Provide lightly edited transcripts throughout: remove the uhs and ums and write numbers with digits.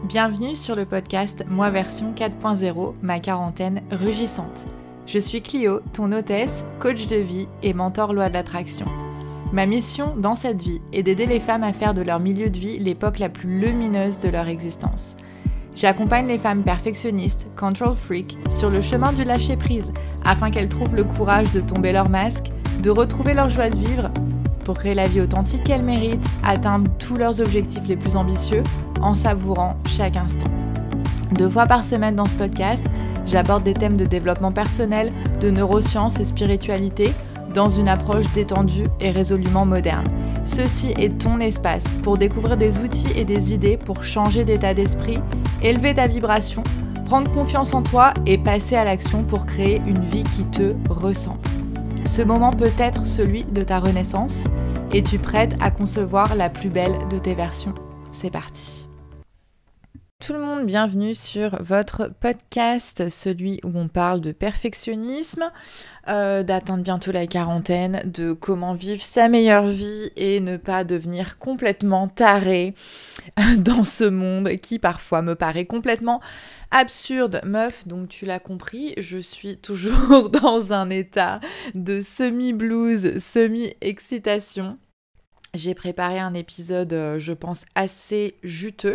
Bienvenue sur le podcast Moi version 4.0, ma quarantaine rugissante. Je suis Clio, ton hôtesse, coach de vie et mentor loi de l'attraction. Ma mission dans cette vie est d'aider les femmes à faire de leur milieu de vie l'époque la plus lumineuse de leur existence. J'accompagne les femmes perfectionnistes, control freak, sur le chemin du lâcher-prise afin qu'elles trouvent le courage de tomber leur masque, de retrouver leur joie de vivre pour créer la vie authentique qu'elles méritent, atteindre tous leurs objectifs les plus ambitieux en savourant chaque instant. 2 fois par semaine dans ce podcast, j'aborde des thèmes de développement personnel, de neurosciences et spiritualité dans une approche détendue et résolument moderne. Ceci est ton espace pour découvrir des outils et des idées pour changer d'état d'esprit, élever ta vibration, prendre confiance en toi et passer à l'action pour créer une vie qui te ressemble. Ce moment peut être celui de ta renaissance. Es-tu prête à concevoir la plus belle de tes versions ? C'est parti. Tout le monde, bienvenue sur votre podcast, celui où on parle de perfectionnisme, d'atteindre bientôt la quarantaine, de comment vivre sa meilleure vie et ne pas devenir complètement taré dans ce monde qui parfois me paraît complètement absurde. Meuf, donc tu l'as compris, je suis toujours dans un état de semi-blues, semi-excitation. J'ai préparé un épisode, je pense, assez juteux.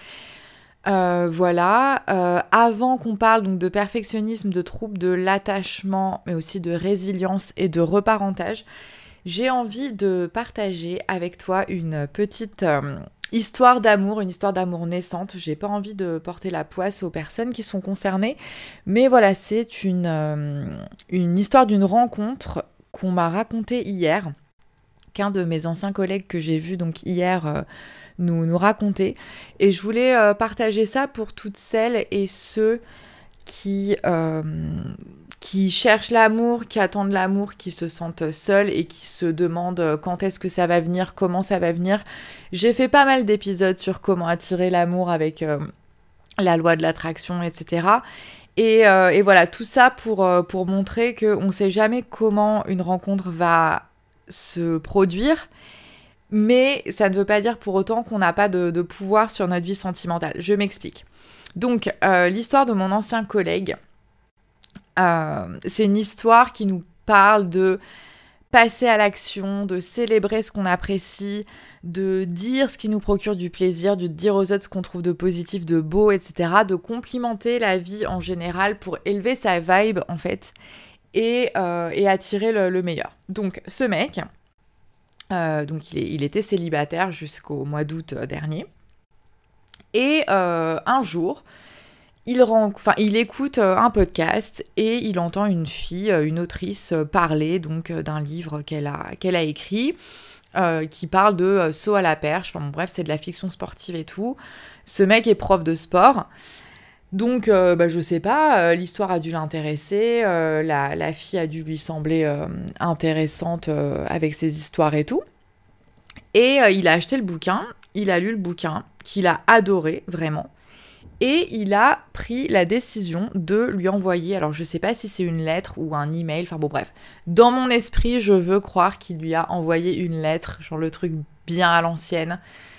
Avant qu'on parle donc de perfectionnisme, de troubles de l'attachement, mais aussi de résilience et de reparentage, j'ai envie de partager avec toi une petite histoire d'amour, une histoire d'amour naissante. J'ai pas envie de porter la poisse aux personnes qui sont concernées, mais voilà, c'est une histoire d'une rencontre qu'on m'a racontée hier, qu'un de mes anciens collègues que j'ai vu donc hier nous raconter. Et je voulais partager ça pour toutes celles et ceux qui cherchent l'amour, qui attendent l'amour, qui se sentent seuls et qui se demandent quand est-ce que ça va venir, comment ça va venir. J'ai fait pas mal d'épisodes sur comment attirer l'amour avec la loi de l'attraction, etc. Et voilà, tout ça pour montrer qu'on ne sait jamais comment une rencontre va se produire, mais ça ne veut pas dire pour autant qu'on n'a pas de pouvoir sur notre vie sentimentale. Je m'explique. Donc, l'histoire de mon ancien collègue, c'est une histoire qui nous parle de passer à l'action, de célébrer ce qu'on apprécie, de dire ce qui nous procure du plaisir, de dire aux autres ce qu'on trouve de positif, de beau, etc., de complimenter la vie en général pour élever sa vibe, en fait, et attirer le meilleur. Donc, ce mec... il était célibataire jusqu'au mois d'août dernier. Et un jour, il écoute un podcast et il entend une fille, une autrice, parler donc d'un livre qu'elle a écrit, qui parle de saut à la perche. Enfin, bref, c'est de la fiction sportive et tout. Ce mec est prof de sport. Donc, je sais pas, l'histoire a dû l'intéresser, la fille a dû lui sembler intéressante avec ses histoires et tout. Et il a acheté le bouquin, il a lu le bouquin, qu'il a adoré, vraiment. Et il a pris la décision de lui envoyer, alors je sais pas si c'est une lettre ou un email, enfin bon bref. Dans mon esprit, je veux croire qu'il lui a envoyé une lettre, genre le truc bien à l'ancienne,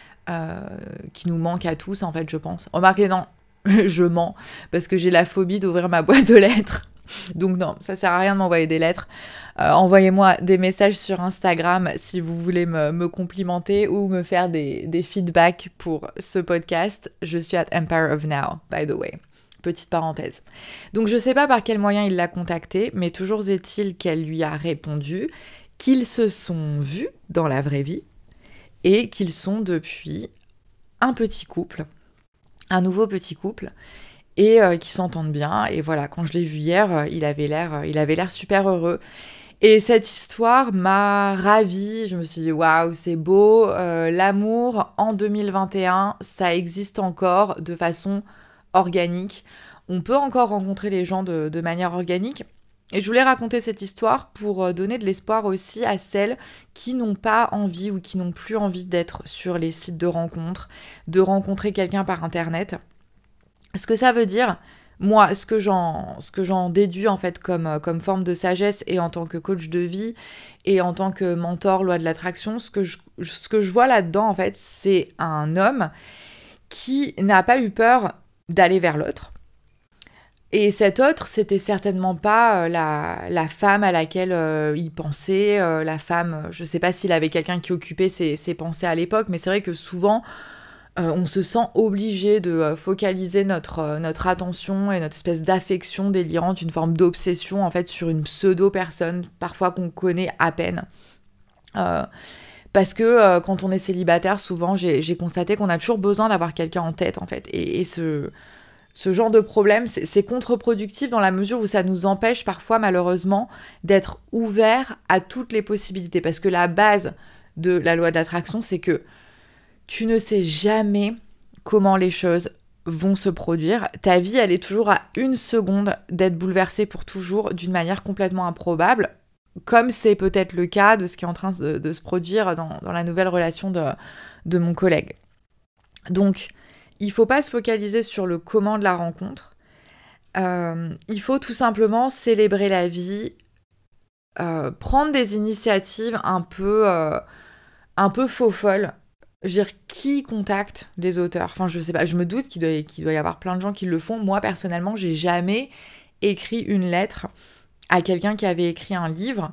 qui nous manque à tous en fait, je pense. Remarquez, non. Je mens, parce que j'ai la phobie d'ouvrir ma boîte aux lettres. Donc non, ça sert à rien de m'envoyer des lettres. Envoyez-moi des messages sur Instagram si vous voulez me complimenter ou me faire des feedbacks pour ce podcast. Je suis at Empire of Now, by the way. Petite parenthèse. Donc je sais pas par quel moyen il l'a contactée, mais toujours est-il qu'elle lui a répondu qu'ils se sont vus dans la vraie vie et qu'ils sont depuis un petit couple. Un nouveau petit couple, et qui s'entendent bien. Et voilà, quand je l'ai vu hier, il avait l'air super heureux. Et cette histoire m'a ravie. Je me suis dit, waouh, c'est beau. L'amour, en 2021, ça existe encore de façon organique. On peut encore rencontrer les gens de manière organique. Et je voulais raconter cette histoire pour donner de l'espoir aussi à celles qui n'ont pas envie ou qui n'ont plus envie d'être sur les sites de rencontres, de rencontrer quelqu'un par internet. Ce que ça veut dire, moi, ce que j'en déduis en fait comme forme de sagesse et en tant que coach de vie et en tant que mentor loi de l'attraction, ce que je vois là-dedans en fait, c'est un homme qui n'a pas eu peur d'aller vers l'autre. Et cet autre, c'était certainement pas la femme à laquelle il pensait, la femme, je sais pas s'il avait quelqu'un qui occupait ses pensées à l'époque, mais c'est vrai que souvent, on se sent obligé de focaliser notre attention et notre espèce d'affection délirante, une forme d'obsession en fait sur une pseudo-personne, parfois qu'on connaît à peine. Parce que quand on est célibataire, souvent j'ai constaté qu'on a toujours besoin d'avoir quelqu'un en tête en fait. Et ce genre de problème, c'est contre-productif dans la mesure où ça nous empêche parfois malheureusement d'être ouvert à toutes les possibilités. Parce que la base de la loi de l'attraction, c'est que tu ne sais jamais comment les choses vont se produire. Ta vie, elle est toujours à 1 seconde d'être bouleversée pour toujours d'une manière complètement improbable, comme c'est peut-être le cas de ce qui est en train de se produire dans la nouvelle relation de mon collègue. Donc, il ne faut pas se focaliser sur le comment de la rencontre. Il faut tout simplement célébrer la vie, prendre des initiatives un peu faux-folles. Je veux dire, qui contacte les auteurs ? Enfin, je sais pas, je me doute qu'il doit y avoir plein de gens qui le font. Moi, personnellement, j'ai jamais écrit une lettre à quelqu'un qui avait écrit un livre.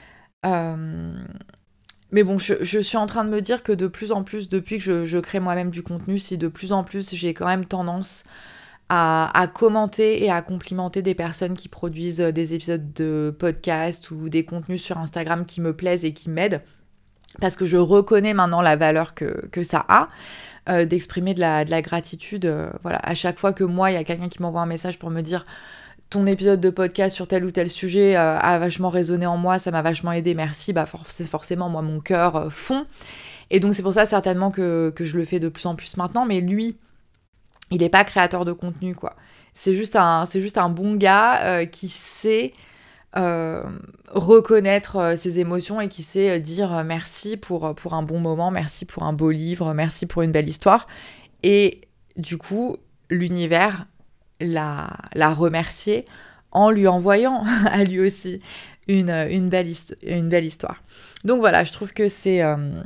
Mais bon, je suis en train de me dire que de plus en plus, depuis que je crée moi-même du contenu, si de plus en plus j'ai quand même tendance à commenter et à complimenter des personnes qui produisent des épisodes de podcast ou des contenus sur Instagram qui me plaisent et qui m'aident, parce que je reconnais maintenant la valeur que ça a, d'exprimer de la gratitude. Voilà, à chaque fois que moi, il y a quelqu'un qui m'envoie un message pour me dire « ton épisode de podcast sur tel ou tel sujet a vachement résonné en moi, ça m'a vachement aidé, merci », bah forcément, moi, mon cœur fond. Et donc, c'est pour ça, certainement, que je le fais de plus en plus maintenant. Mais lui, il n'est pas créateur de contenu, quoi. C'est juste un bon gars qui sait reconnaître ses émotions et qui sait dire merci pour un bon moment, merci pour un beau livre, merci pour une belle histoire. Et du coup, l'univers l'a remercié en lui envoyant à lui aussi une belle histoire. Donc voilà, je trouve que c'est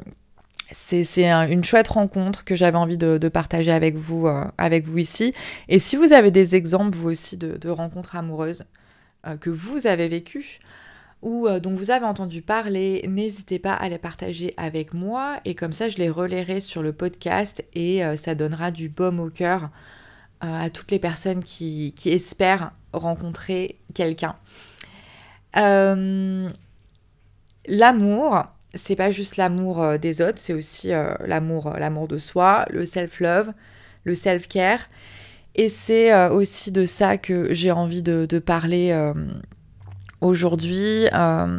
une chouette rencontre que j'avais envie de partager avec vous ici. Et si vous avez des exemples, vous aussi, de rencontres amoureuses que vous avez vécues ou dont vous avez entendu parler, n'hésitez pas à les partager avec moi. Et comme ça, je les relayerai sur le podcast et ça donnera du baume au cœur à toutes les personnes qui espèrent rencontrer quelqu'un. L'amour, c'est pas juste l'amour des autres, c'est aussi l'amour de soi, le self-love, le self-care. Et c'est aussi de ça que j'ai envie de parler aujourd'hui,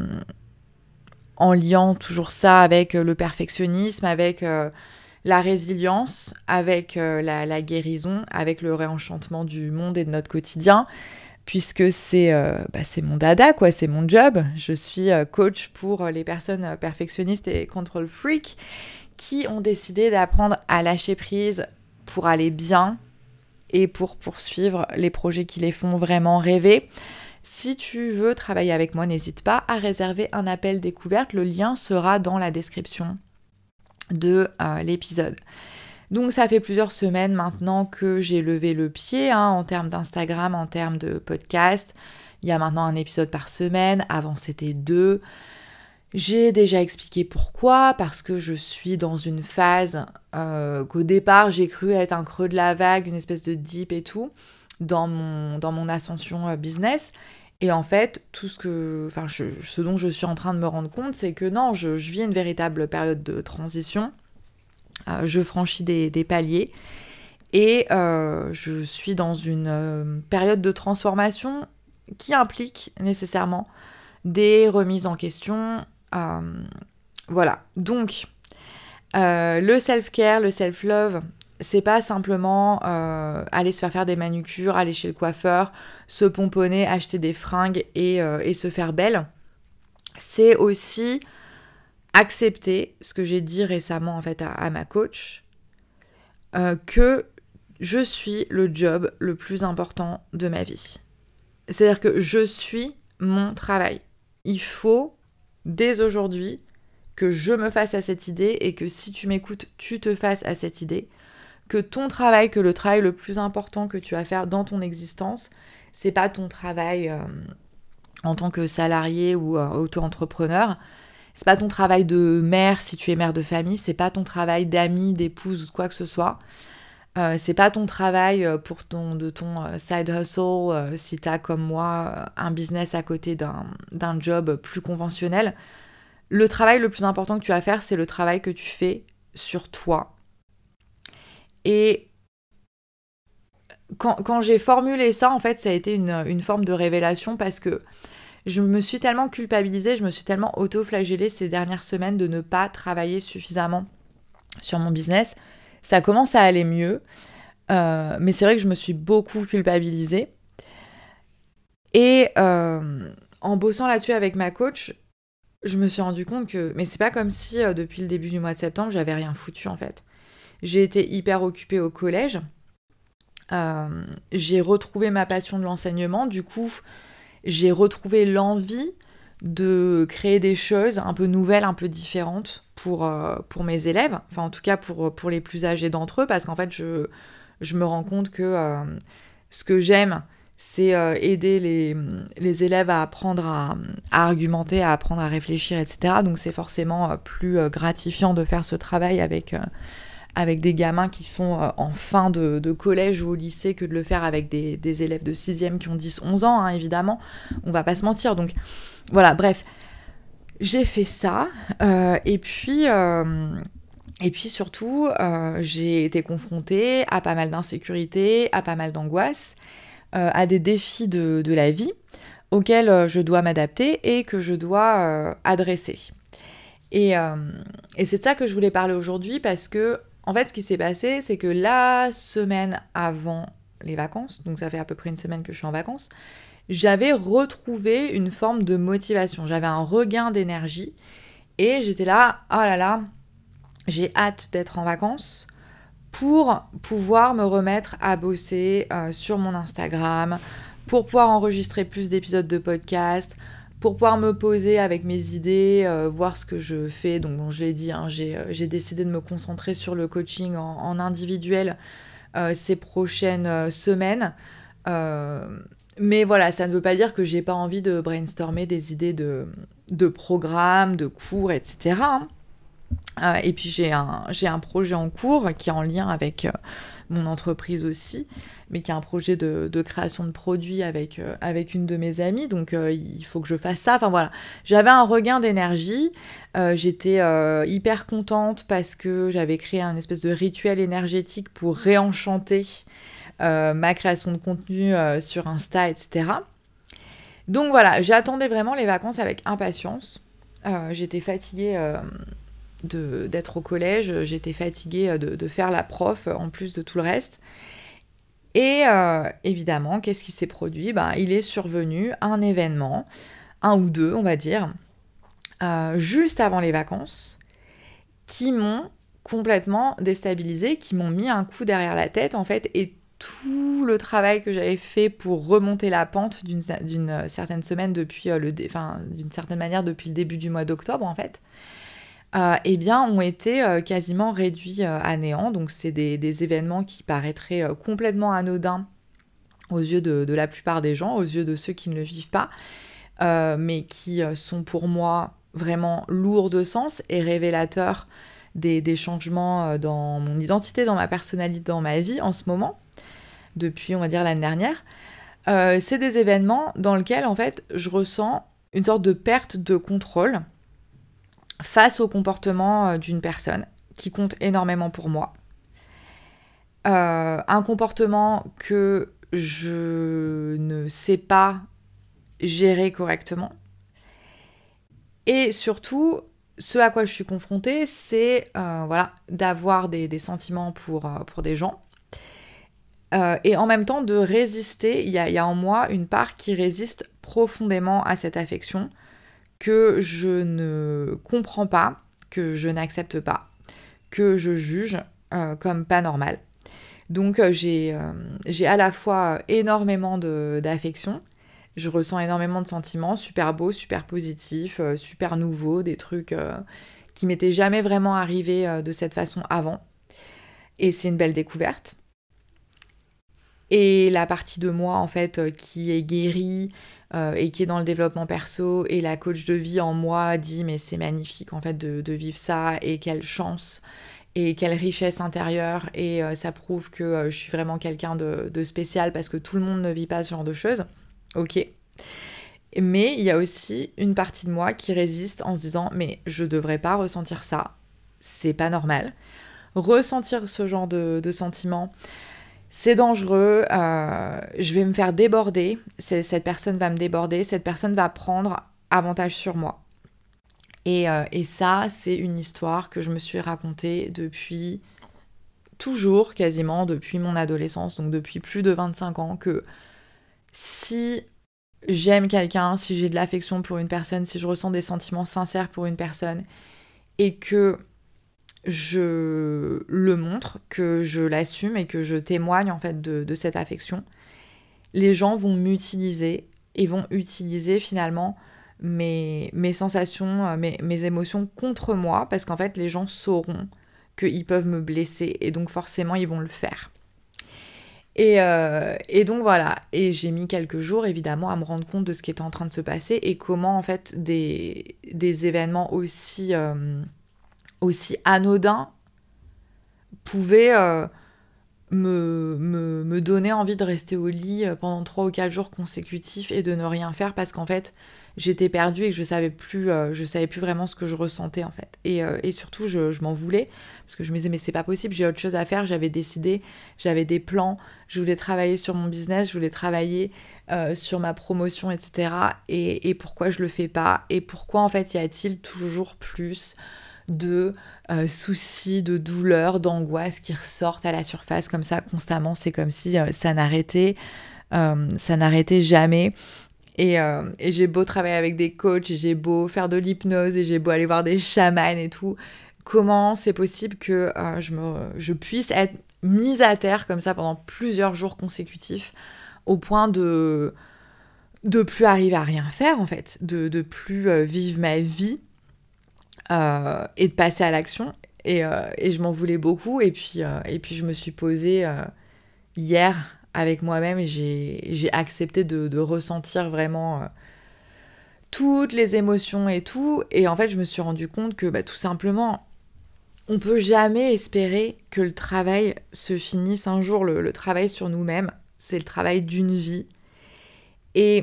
en liant toujours ça avec le perfectionnisme, avec la résilience, avec la guérison, avec le réenchantement du monde et de notre quotidien, puisque c'est mon dada, quoi, c'est mon job. Je suis coach pour les personnes perfectionnistes et control freak qui ont décidé d'apprendre à lâcher prise pour aller bien et pour poursuivre les projets qui les font vraiment rêver. Si tu veux travailler avec moi, n'hésite pas à réserver un appel découverte. Le lien sera dans la description de l'épisode. Donc ça fait plusieurs semaines maintenant que j'ai levé le pied en termes d'Instagram, en termes de podcast. Il y a maintenant un épisode par semaine, avant c'était 2. J'ai déjà expliqué pourquoi, parce que je suis dans une phase qu'au départ j'ai cru être un creux de la vague, une espèce de dip et tout, dans mon ascension business. Et en fait, ce dont je suis en train de me rendre compte, c'est que non, je vis une véritable période de transition. Je franchis des paliers et je suis dans une période de transformation qui implique nécessairement des remises en question. Voilà. Donc, le self-care, le self-love, c'est pas simplement aller se faire des manucures, aller chez le coiffeur, se pomponner, acheter des fringues et se faire belle. C'est aussi accepter ce que j'ai dit récemment en fait à ma coach, que je suis le job le plus important de ma vie. C'est-à-dire que je suis mon travail. Il faut dès aujourd'hui que je me fasse à cette idée et que si tu m'écoutes, tu te fasses à cette idée que ton travail, que le travail le plus important que tu vas faire dans ton existence, c'est pas ton travail en tant que salarié ou auto-entrepreneur. C'est pas ton travail de mère si tu es mère de famille, c'est pas ton travail d'amie, d'épouse ou de quoi que ce soit. C'est pas ton travail de ton side hustle si t'as comme moi un business à côté d'un job plus conventionnel. Le travail le plus important que tu vas faire, c'est le travail que tu fais sur toi. Et quand j'ai formulé ça, en fait, ça a été une forme de révélation parce que je me suis tellement culpabilisée, je me suis tellement auto-flagellée ces dernières semaines de ne pas travailler suffisamment sur mon business. Ça commence à aller mieux, mais c'est vrai que je me suis beaucoup culpabilisée. Et en bossant là-dessus avec ma coach, je me suis rendu compte que... Mais c'est pas comme si depuis le début du mois de septembre, j'avais rien foutu en fait. J'ai été hyper occupée au collège. J'ai retrouvé ma passion de l'enseignement. Du coup, j'ai retrouvé l'envie de créer des choses un peu nouvelles, un peu différentes pour mes élèves. Enfin, en tout cas, pour les plus âgés d'entre eux. Parce qu'en fait, je me rends compte que ce que j'aime, c'est aider les élèves à apprendre à argumenter, à apprendre à réfléchir, etc. Donc, c'est forcément plus gratifiant de faire ce travail avec des gamins qui sont en fin de collège ou au lycée que de le faire avec des élèves de 6e qui ont 10-11 ans, hein, évidemment. On va pas se mentir. Donc voilà, bref. J'ai fait ça. Et puis surtout, j'ai été confrontée à pas mal d'insécurité, à pas mal d'angoisse, à des défis de la vie auxquels je dois m'adapter et que je dois adresser. Et c'est de ça que je voulais parler aujourd'hui parce que en fait, ce qui s'est passé, c'est que la semaine avant les vacances, donc ça fait à peu près une semaine que je suis en vacances, j'avais retrouvé une forme de motivation. J'avais un regain d'énergie et j'étais là, oh là là, j'ai hâte d'être en vacances pour pouvoir me remettre à bosser sur mon Instagram, pour pouvoir enregistrer plus d'épisodes de podcast, pour pouvoir me poser avec mes idées, voir ce que je fais. Donc bon, je l'ai dit, hein, j'ai décidé de me concentrer sur le coaching en individuel ces prochaines semaines. Mais voilà, ça ne veut pas dire que j'ai pas envie de brainstormer des idées de programmes, de cours, etc. Et puis j'ai un projet en cours qui est en lien avec mon entreprise aussi, mais qui est un projet de création de produits avec une de mes amies, donc il faut que je fasse ça. Enfin voilà, j'avais un regain d'énergie, j'étais hyper contente parce que j'avais créé un espèce de rituel énergétique pour réenchanter ma création de contenu sur Insta, etc. Donc voilà, j'attendais vraiment les vacances avec impatience. J'étais fatiguée d'être au collège, j'étais fatiguée de faire la prof en plus de tout le reste. Et évidemment, qu'est-ce qui s'est produit ? Il est survenu un événement, un ou deux on va dire, juste avant les vacances, qui m'ont complètement déstabilisée, qui m'ont mis un coup derrière la tête en fait, et tout le travail que j'avais fait pour remonter la pente d'une certaine semaine depuis d'une certaine manière depuis le début du mois d'octobre en fait, ont été quasiment réduits à néant. Donc c'est des événements qui paraîtraient complètement anodins aux yeux de la plupart des gens, aux yeux de ceux qui ne le vivent pas, mais qui sont pour moi vraiment lourds de sens et révélateurs des changements dans mon identité, dans ma personnalité, dans ma vie en ce moment, depuis on va dire l'année dernière. C'est des événements dans lesquels en fait je ressens une sorte de perte de contrôle face au comportement d'une personne qui compte énormément pour moi. Un comportement que je ne sais pas gérer correctement. Et surtout, ce à quoi je suis confrontée, c'est d'avoir des sentiments pour des gens. Et en même temps de résister, il y a en moi une part qui résiste profondément à cette affection, que je ne comprends pas, que je n'accepte pas, que je juge comme pas normal. Donc j'ai à la fois énormément d'affection, je ressens énormément de sentiments super beaux, super positifs, super nouveaux, des trucs qui m'étaient jamais vraiment arrivés de cette façon avant. Et c'est une belle découverte. Et la partie de moi, en fait, qui est guérie et qui est dans le développement perso, et la coach de vie en moi dit mais c'est magnifique en fait de vivre ça, et quelle chance et quelle richesse intérieure, et ça prouve que je suis vraiment quelqu'un de spécial parce que tout le monde ne vit pas ce genre de choses. Ok. Mais il y a aussi une partie de moi qui résiste en se disant mais je devrais pas ressentir ça, c'est pas normal. Ressentir ce genre de sentiments, c'est dangereux, je vais me faire déborder, cette personne va me déborder, cette personne va prendre avantage sur moi. Et ça, c'est une histoire que je me suis racontée depuis toujours, quasiment depuis mon adolescence, donc depuis plus de 25 ans, que si j'aime quelqu'un, si j'ai de l'affection pour une personne, si je ressens des sentiments sincères pour une personne, et que je le montre, que je l'assume et que je témoigne en fait de cette affection, les gens vont m'utiliser et vont utiliser finalement mes sensations, mes émotions contre moi, parce qu'en fait les gens sauront qu'ils peuvent me blesser et donc forcément ils vont le faire. Et donc voilà, et j'ai mis quelques jours évidemment à me rendre compte de ce qui était en train de se passer et comment en fait des événements aussi anodins pouvaient me donner envie de rester au lit pendant 3 ou 4 jours consécutifs et de ne rien faire, parce qu'en fait j'étais perdue et que je savais plus vraiment ce que je ressentais en fait. Et surtout je m'en voulais, parce que je me disais mais c'est pas possible, j'ai autre chose à faire, j'avais décidé, j'avais des plans, je voulais travailler sur mon business, je voulais travailler sur ma promotion, etc. Et pourquoi je le fais pas, et pourquoi en fait y a-t-il toujours plus de soucis, de douleurs, d'angoisse qui ressortent à la surface comme ça constamment. C'est comme si ça n'arrêtait jamais. Et j'ai beau travailler avec des coachs, et j'ai beau faire de l'hypnose, et j'ai beau aller voir des chamans et tout, comment c'est possible que je puisse être mise à terre comme ça pendant plusieurs jours consécutifs, au point de plus arriver à rien faire en fait, de plus vivre ma vie, et de passer à l'action. Et je m'en voulais beaucoup. Et puis je me suis posée hier avec moi-même, et j'ai accepté de ressentir vraiment toutes les émotions et tout. Et en fait, je me suis rendu compte que tout simplement, on peut jamais espérer que le travail se finisse un jour. Le travail sur nous-mêmes, c'est le travail d'une vie. Et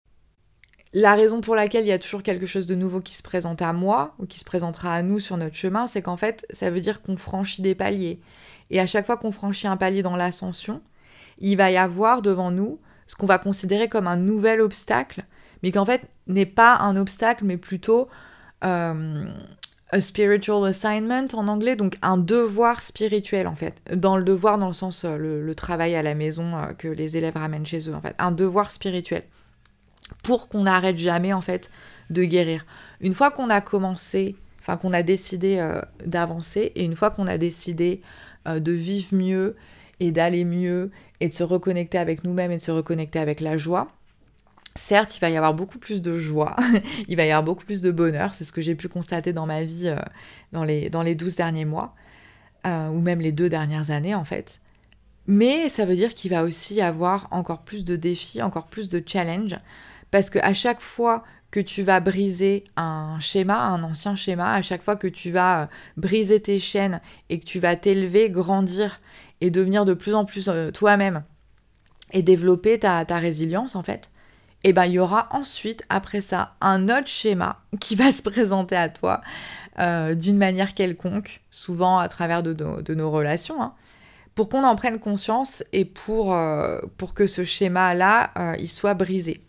la raison pour laquelle il y a toujours quelque chose de nouveau qui se présente à moi, ou qui se présentera à nous sur notre chemin, c'est qu'en fait, ça veut dire qu'on franchit des paliers. Et à chaque fois qu'on franchit un palier dans l'ascension, il va y avoir devant nous ce qu'on va considérer comme un nouvel obstacle, mais qu'en fait n'est pas un obstacle, mais plutôt a spiritual assignment en anglais, donc un devoir spirituel en fait. Dans le devoir, dans le sens le travail à la maison que les élèves ramènent chez eux, en fait. Un devoir spirituel. Pour qu'on n'arrête jamais en fait de guérir. Une fois qu'on a commencé, enfin qu'on a décidé d'avancer, et une fois qu'on a décidé de vivre mieux et d'aller mieux et de se reconnecter avec nous-mêmes et de se reconnecter avec la joie, certes il va y avoir beaucoup plus de joie, il va y avoir beaucoup plus de bonheur, c'est ce que j'ai pu constater dans ma vie dans les 12 derniers mois, ou même les 2 dernières années en fait. Mais ça veut dire qu'il va aussi y avoir encore plus de défis, encore plus de challenges, parce qu'à chaque fois que tu vas briser un schéma, un ancien schéma, à chaque fois que tu vas briser tes chaînes et que tu vas t'élever, grandir et devenir de plus en plus toi-même et développer ta résilience en fait, et ben il y aura ensuite, après ça, un autre schéma qui va se présenter à toi d'une manière quelconque, souvent à travers de nos relations, hein, pour qu'on en prenne conscience et pour que ce schéma-là, il soit brisé.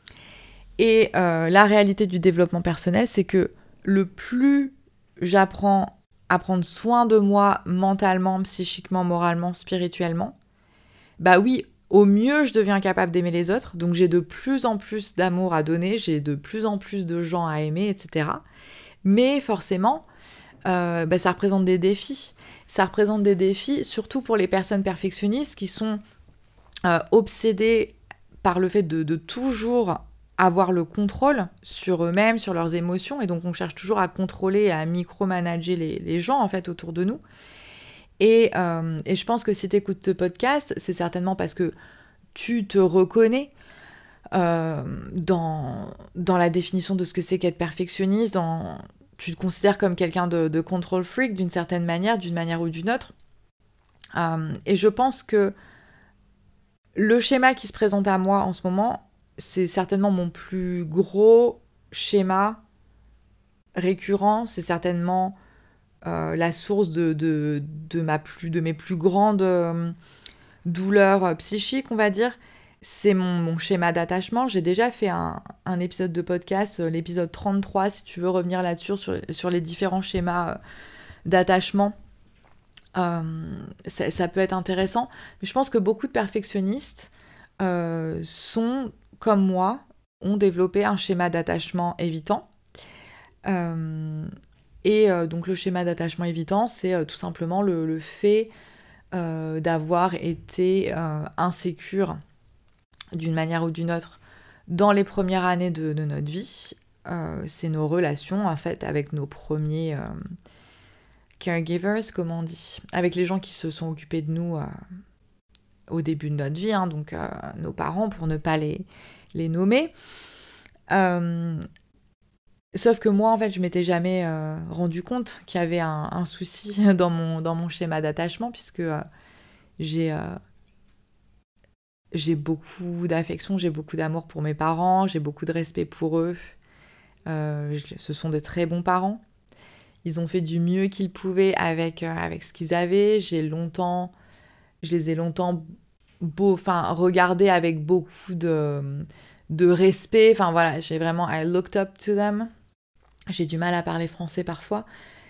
Et la réalité du développement personnel, c'est que le plus j'apprends à prendre soin de moi mentalement, psychiquement, moralement, spirituellement, bah oui, au mieux je deviens capable d'aimer les autres, donc j'ai de plus en plus d'amour à donner, j'ai de plus en plus de gens à aimer, etc. Mais forcément, ça représente des défis. Ça représente des défis, surtout pour les personnes perfectionnistes qui sont obsédées par le fait de toujours avoir le contrôle sur eux-mêmes, sur leurs émotions, et donc on cherche toujours à contrôler et à micromanager les gens en fait autour de nous. Et je pense que si tu écoutes ce podcast, c'est certainement parce que tu te reconnais dans la définition de ce que c'est qu'être perfectionniste, tu te considères comme quelqu'un de control freak d'une certaine manière, d'une manière ou d'une autre. Et je pense que le schéma qui se présente à moi en ce moment, c'est certainement mon plus gros schéma récurrent, c'est certainement la source de mes plus grandes douleurs psychiques, on va dire. C'est mon schéma d'attachement. J'ai déjà fait un épisode de podcast, l'épisode 33, si tu veux revenir là-dessus, sur les différents schémas d'attachement. Ça peut être intéressant. Mais je pense que beaucoup de perfectionnistes sont, comme moi, ont développé un schéma d'attachement évitant. Donc le schéma d'attachement évitant, c'est tout simplement le fait d'avoir été insécure d'une manière ou d'une autre dans les premières années de notre vie. C'est nos relations en fait avec nos premiers caregivers, comme on dit, avec les gens qui se sont occupés de nous au début de notre vie, hein, donc nos parents pour ne pas les nommer. Sauf que moi, en fait, je m'étais jamais rendu compte qu'il y avait un souci dans mon schéma d'attachement, puisque j'ai beaucoup d'affection, j'ai beaucoup d'amour pour mes parents, j'ai beaucoup de respect pour eux. Ce sont de très bons parents. Ils ont fait du mieux qu'ils pouvaient avec ce qu'ils avaient. Je les ai longtemps regardés avec beaucoup de respect. Enfin voilà, j'ai vraiment I looked up to them. J'ai du mal à parler français parfois.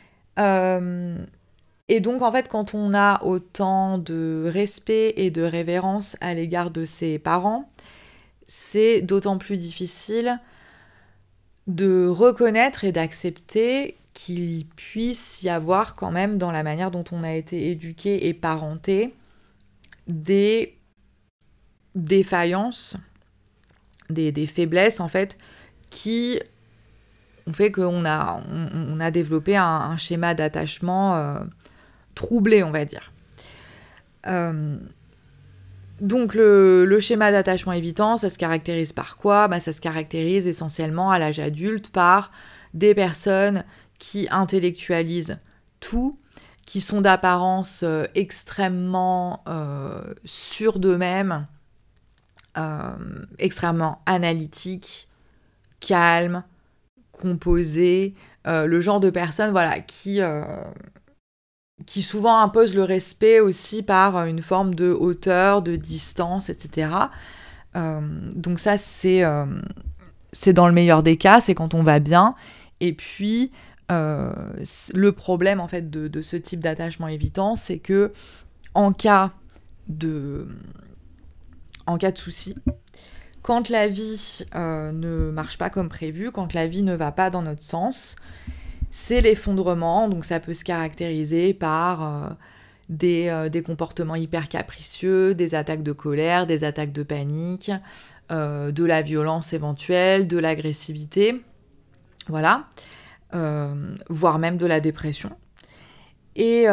Et donc, en fait, quand on a autant de respect et de révérence à l'égard de ses parents, c'est d'autant plus difficile de reconnaître et d'accepter qu'il puisse y avoir quand même, dans la manière dont on a été éduqué et parenté, des défaillances, des faiblesses, en fait, qui ont fait qu'on a développé un schéma d'attachement troublé, on va dire. Donc le schéma d'attachement évitant, ça se caractérise par quoi ? Ça se caractérise essentiellement à l'âge adulte par des personnes qui intellectualisent tout, qui sont d'apparence extrêmement sûres d'eux-mêmes, extrêmement analytiques, calmes, composées, le genre de personnes voilà, qui souvent imposent le respect aussi par une forme de hauteur, de distance, etc. Donc ça, c'est dans le meilleur des cas, c'est quand on va bien. Et puis, le problème en fait de ce type d'attachement évitant, c'est que en cas de souci, quand la vie ne marche pas comme prévu, quand la vie ne va pas dans notre sens, c'est l'effondrement. Donc ça peut se caractériser par des comportements hyper capricieux, des attaques de colère, des attaques de panique, de la violence éventuelle, de l'agressivité, voilà, voire même de la dépression. Et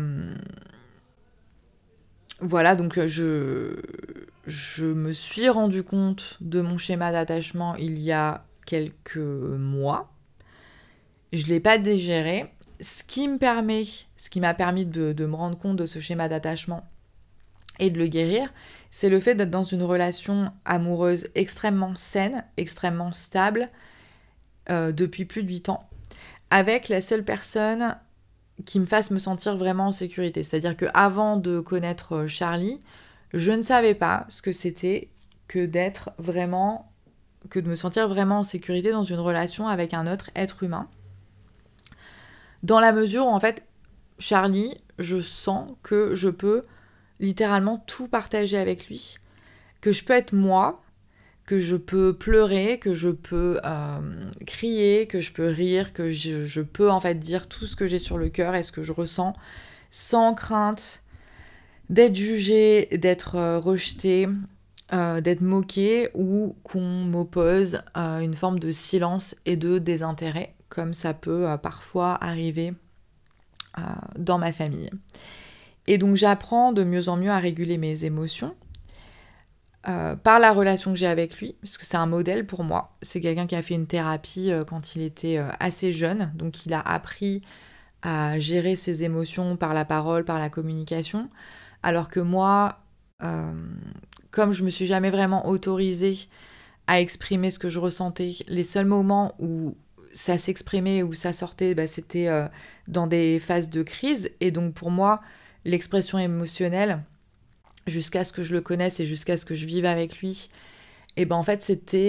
voilà, donc je me suis rendu compte de mon schéma d'attachement il y a quelques mois. Je ne l'ai pas digéré. Ce qui m'a permis de me rendre compte de ce schéma d'attachement et de le guérir, c'est le fait d'être dans une relation amoureuse extrêmement saine, extrêmement stable, depuis plus de 8 ans, avec la seule personne qui me fasse me sentir vraiment en sécurité. C'est-à-dire qu'avant de connaître Charlie, je ne savais pas ce que c'était que de me sentir vraiment en sécurité dans une relation avec un autre être humain. Dans la mesure où, en fait, Charlie, je sens que je peux littéralement tout partager avec lui, que je peux être moi, que je peux pleurer, que je peux crier, que je peux rire, que je peux en fait dire tout ce que j'ai sur le cœur et ce que je ressens, sans crainte d'être jugée, d'être rejetée, d'être moquée, ou qu'on m'oppose une forme de silence et de désintérêt, comme ça peut parfois arriver dans ma famille. Et donc j'apprends de mieux en mieux à réguler mes émotions par la relation que j'ai avec lui, parce que c'est un modèle pour moi. C'est quelqu'un qui a fait une thérapie quand il était assez jeune, donc il a appris à gérer ses émotions par la parole, par la communication, alors que moi, comme je me suis jamais vraiment autorisée à exprimer ce que je ressentais, les seuls moments où ça s'exprimait, où ça sortait, c'était dans des phases de crise, et donc pour moi, l'expression émotionnelle, jusqu'à ce que je le connaisse et jusqu'à ce que je vive avec lui, et en fait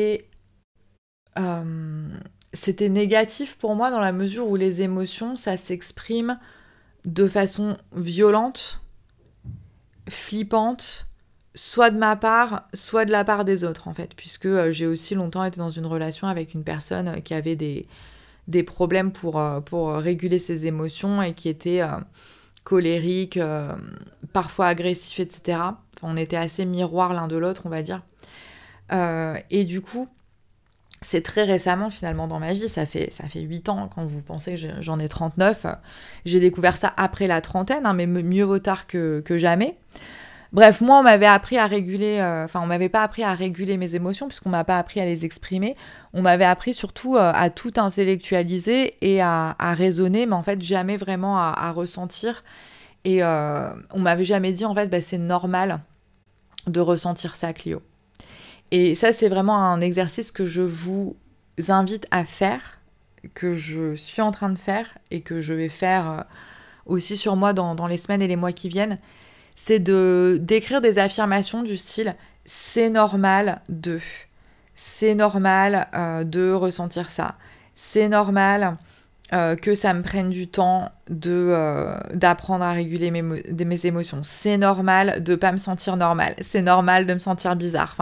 c'était négatif pour moi dans la mesure où les émotions, ça s'exprime de façon violente, flippante, soit de ma part, soit de la part des autres en fait, puisque j'ai aussi longtemps été dans une relation avec une personne qui avait des problèmes pour réguler ses émotions et qui était colérique, parfois agressif, etc. Enfin, on était assez miroirs l'un de l'autre, on va dire. Et du coup, c'est très récemment finalement dans ma vie, ça fait 8 ans, quand vous pensez que j'en ai 39, j'ai découvert ça après la trentaine, mais mieux vaut tard que jamais. Bref, moi on m'avait appris à réguler, on m'avait pas appris à réguler mes émotions puisqu'on m'a pas appris à les exprimer, on m'avait appris surtout à tout intellectualiser et à raisonner, mais en fait jamais vraiment à ressentir, et on m'avait jamais dit en fait c'est normal de ressentir ça, Clio. Et ça, c'est vraiment un exercice que je vous invite à faire, que je suis en train de faire et que je vais faire aussi sur moi dans les semaines et les mois qui viennent. C'est d'écrire des affirmations du style « c'est normal de ». C'est normal de ressentir ça. C'est normal que ça me prenne du temps d'apprendre à réguler mes émotions. C'est normal de pas me sentir normal. C'est normal de me sentir bizarre.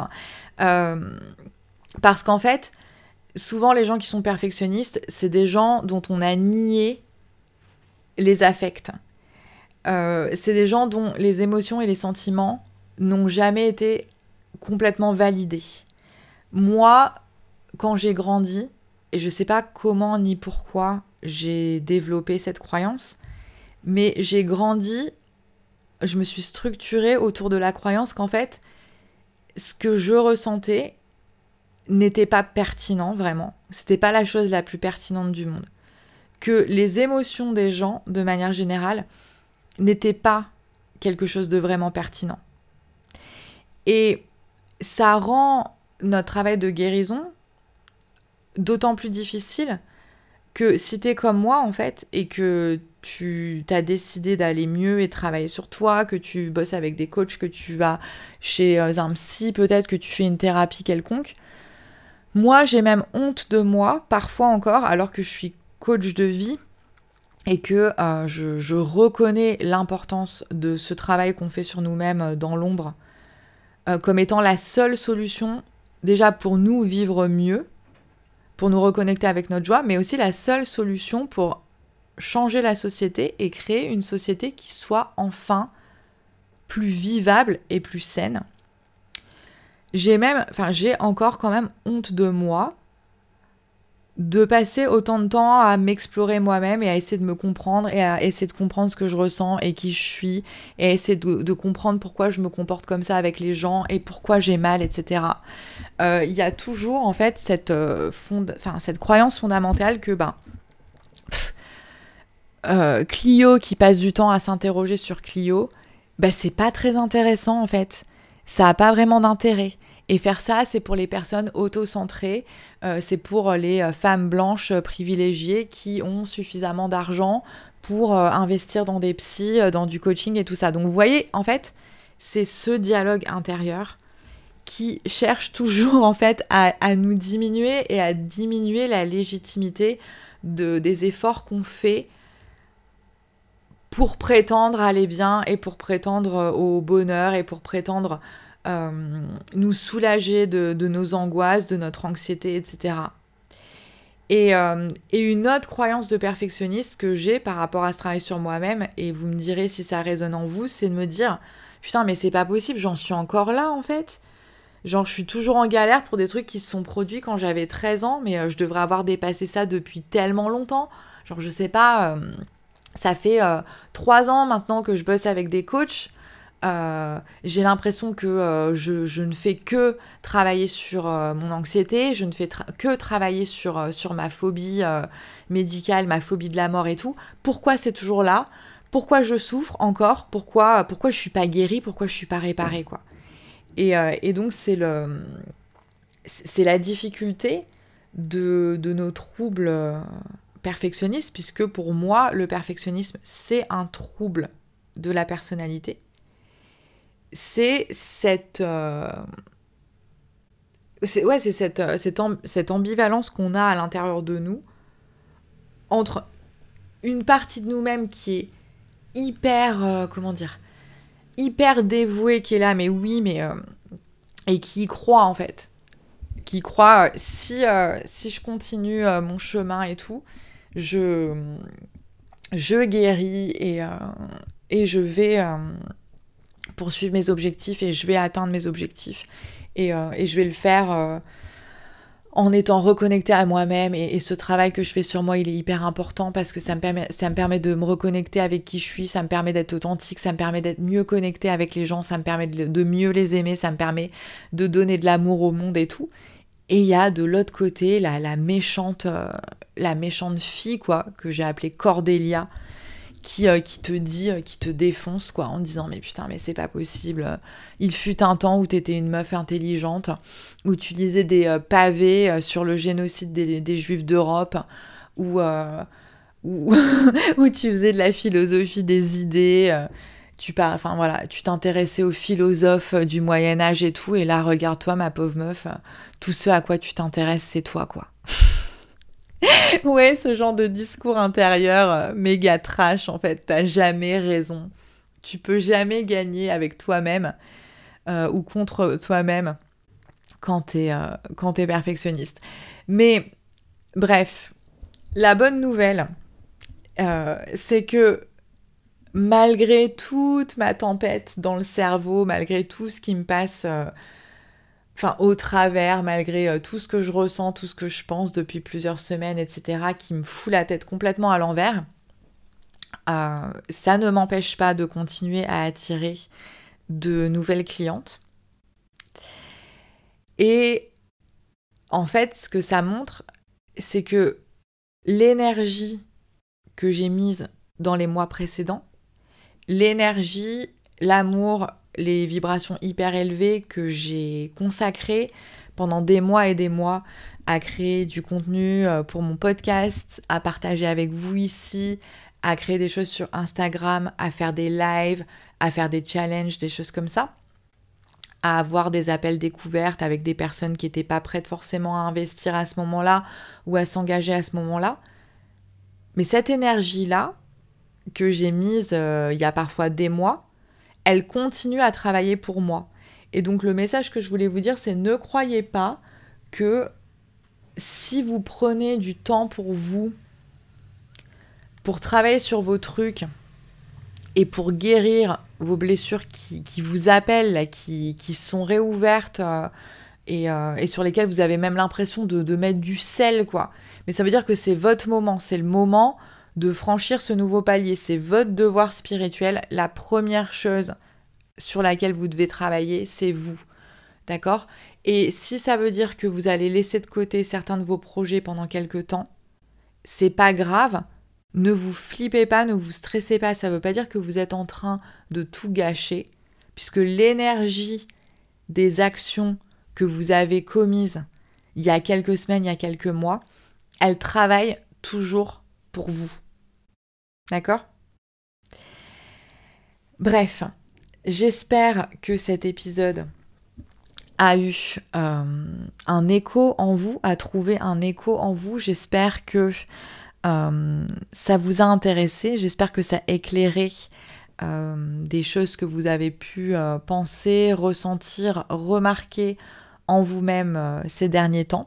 Parce qu'en fait, souvent les gens qui sont perfectionnistes, c'est des gens dont on a nié les affects. C'est des gens dont les émotions et les sentiments n'ont jamais été complètement validés. Moi, quand j'ai grandi, et je sais pas comment ni pourquoi j'ai développé cette croyance, mais j'ai grandi, je me suis structurée autour de la croyance qu'en fait, ce que je ressentais n'était pas pertinent, vraiment. C'était pas la chose la plus pertinente du monde. Que les émotions des gens, de manière générale, n'étaient pas quelque chose de vraiment pertinent. Et ça rend notre travail de guérison d'autant plus difficile que si t'es comme moi, en fait, et que tu t'as décidé d'aller mieux et travailler sur toi, que tu bosses avec des coachs, que tu vas chez un psy, peut-être que tu fais une thérapie quelconque. Moi, j'ai même honte de moi, parfois encore, alors que je suis coach de vie et que je reconnais l'importance de ce travail qu'on fait sur nous-mêmes dans l'ombre comme étant la seule solution, déjà pour nous vivre mieux, pour nous reconnecter avec notre joie, mais aussi la seule solution pour changer la société et créer une société qui soit enfin plus vivable et plus saine. J'ai encore quand même honte de moi de passer autant de temps à m'explorer moi-même et à essayer de me comprendre et à essayer de comprendre ce que je ressens et qui je suis et à essayer de comprendre pourquoi je me comporte comme ça avec les gens et pourquoi j'ai mal, etc. Il y a toujours en fait cette croyance fondamentale que Clio qui passe du temps à s'interroger sur Clio, c'est pas très intéressant en fait. Ça a pas vraiment d'intérêt. Et faire ça, c'est pour les personnes auto-centrées, c'est pour les femmes blanches privilégiées qui ont suffisamment d'argent pour investir dans des psys, dans du coaching et tout ça. Donc vous voyez, en fait, c'est ce dialogue intérieur qui cherche toujours en fait à nous diminuer et à diminuer la légitimité des efforts qu'on fait pour prétendre aller bien et pour prétendre au bonheur et pour prétendre nous soulager de nos angoisses, de notre anxiété, etc. Et une autre croyance de perfectionniste que j'ai par rapport à ce travail sur moi-même, et vous me direz si ça résonne en vous, c'est de me dire « Putain, mais c'est pas possible, j'en suis encore là, en fait !» Genre, je suis toujours en galère pour des trucs qui se sont produits quand j'avais 13 ans, mais je devrais avoir dépassé ça depuis tellement longtemps. Genre, je sais pas... Ça fait 3 ans maintenant que je bosse avec des coachs. J'ai l'impression que je ne fais que travailler sur mon anxiété, je ne fais que travailler sur ma phobie médicale, ma phobie de la mort et tout. Pourquoi c'est toujours là? Pourquoi je souffre encore? Pourquoi je suis pas guérie? Pourquoi je suis pas réparée, quoi? Et donc c'est la difficulté de nos troubles perfectionnistes, puisque pour moi, le perfectionnisme, c'est un trouble de la personnalité. C'est cette ambivalence qu'on a à l'intérieur de nous entre une partie de nous-mêmes qui est hyper hyper dévouée, qui est là, mais oui, mais et qui y croit en fait, qui croit si je continue mon chemin et tout, je guéris et je vais poursuivre mes objectifs et je vais atteindre mes objectifs et je vais le faire en étant reconnectée à moi-même et ce travail que je fais sur moi, il est hyper important parce que ça me permet de me reconnecter avec qui je suis, ça me permet d'être authentique, ça me permet d'être mieux connectée avec les gens, ça me permet de mieux les aimer, ça me permet de donner de l'amour au monde et tout. Et il y a de l'autre côté la méchante fille, quoi, que j'ai appelée Cordélia, qui te dit, qui te défonce, quoi, en disant mais putain, mais c'est pas possible. Il fut un temps où t'étais une meuf intelligente, où tu lisais des pavés sur le génocide des Juifs d'Europe, où où tu faisais de la philosophie des idées. Tu t'intéressais aux philosophes du Moyen-Âge et tout, et là, regarde-toi, ma pauvre meuf, tout ce à quoi tu t'intéresses, c'est toi, quoi. Ouais, ce genre de discours intérieur méga trash, en fait. T'as jamais raison. Tu peux jamais gagner avec toi-même ou contre toi-même quand t'es perfectionniste. Mais bref, la bonne nouvelle, c'est que malgré toute ma tempête dans le cerveau, malgré tout ce qui me passe au travers, malgré tout ce que je ressens, tout ce que je pense depuis plusieurs semaines, etc., qui me fout la tête complètement à l'envers, ça ne m'empêche pas de continuer à attirer de nouvelles clientes. Et en fait, ce que ça montre, c'est que l'énergie que j'ai mise dans les mois précédents, l'énergie, l'amour, les vibrations hyper élevées que j'ai consacrées pendant des mois et des mois à créer du contenu pour mon podcast, à partager avec vous ici, à créer des choses sur Instagram, à faire des lives, à faire des challenges, des choses comme ça, à avoir des appels découvertes avec des personnes qui n'étaient pas prêtes forcément à investir à ce moment-là ou à s'engager à ce moment-là. Mais cette énergie-là, que j'ai mise il y a parfois des mois, elle continue à travailler pour moi. Et donc le message que je voulais vous dire, c'est ne croyez pas que si vous prenez du temps pour vous, pour travailler sur vos trucs et pour guérir vos blessures qui vous appellent, là, qui sont réouvertes et sur lesquelles vous avez même l'impression de mettre du sel, quoi. Mais ça veut dire que c'est votre moment, c'est le moment de franchir ce nouveau palier, c'est votre devoir spirituel. La première chose sur laquelle vous devez travailler, c'est vous, d'accord ? Et si ça veut dire que vous allez laisser de côté certains de vos projets pendant quelques temps, c'est pas grave, ne vous flippez pas, ne vous stressez pas, ça veut pas dire que vous êtes en train de tout gâcher, puisque l'énergie des actions que vous avez commises il y a quelques semaines, il y a quelques mois, elle travaille toujours pour vous. D'accord ? Bref, j'espère que cet épisode a eu un écho en vous, a trouvé un écho en vous. J'espère que ça vous a intéressé, j'espère que ça a éclairé des choses que vous avez pu penser, ressentir, remarquer en vous-même ces derniers temps.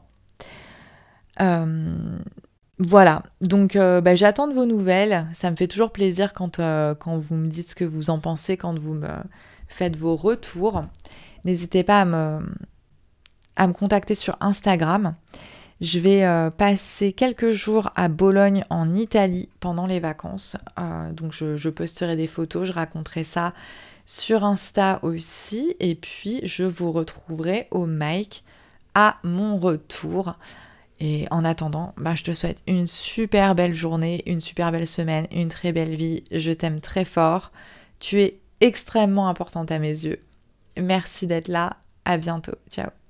Voilà, donc j'attends de vos nouvelles. Ça me fait toujours plaisir quand vous me dites ce que vous en pensez, quand vous me faites vos retours. N'hésitez pas à me contacter sur Instagram. Je vais passer quelques jours à Bologne en Italie pendant les vacances. Donc je posterai des photos, je raconterai ça sur Insta aussi. Et puis je vous retrouverai au Mike à mon retour. Et en attendant, je te souhaite une super belle journée, une super belle semaine, une très belle vie. Je t'aime très fort. Tu es extrêmement importante à mes yeux. Merci d'être là. À bientôt. Ciao.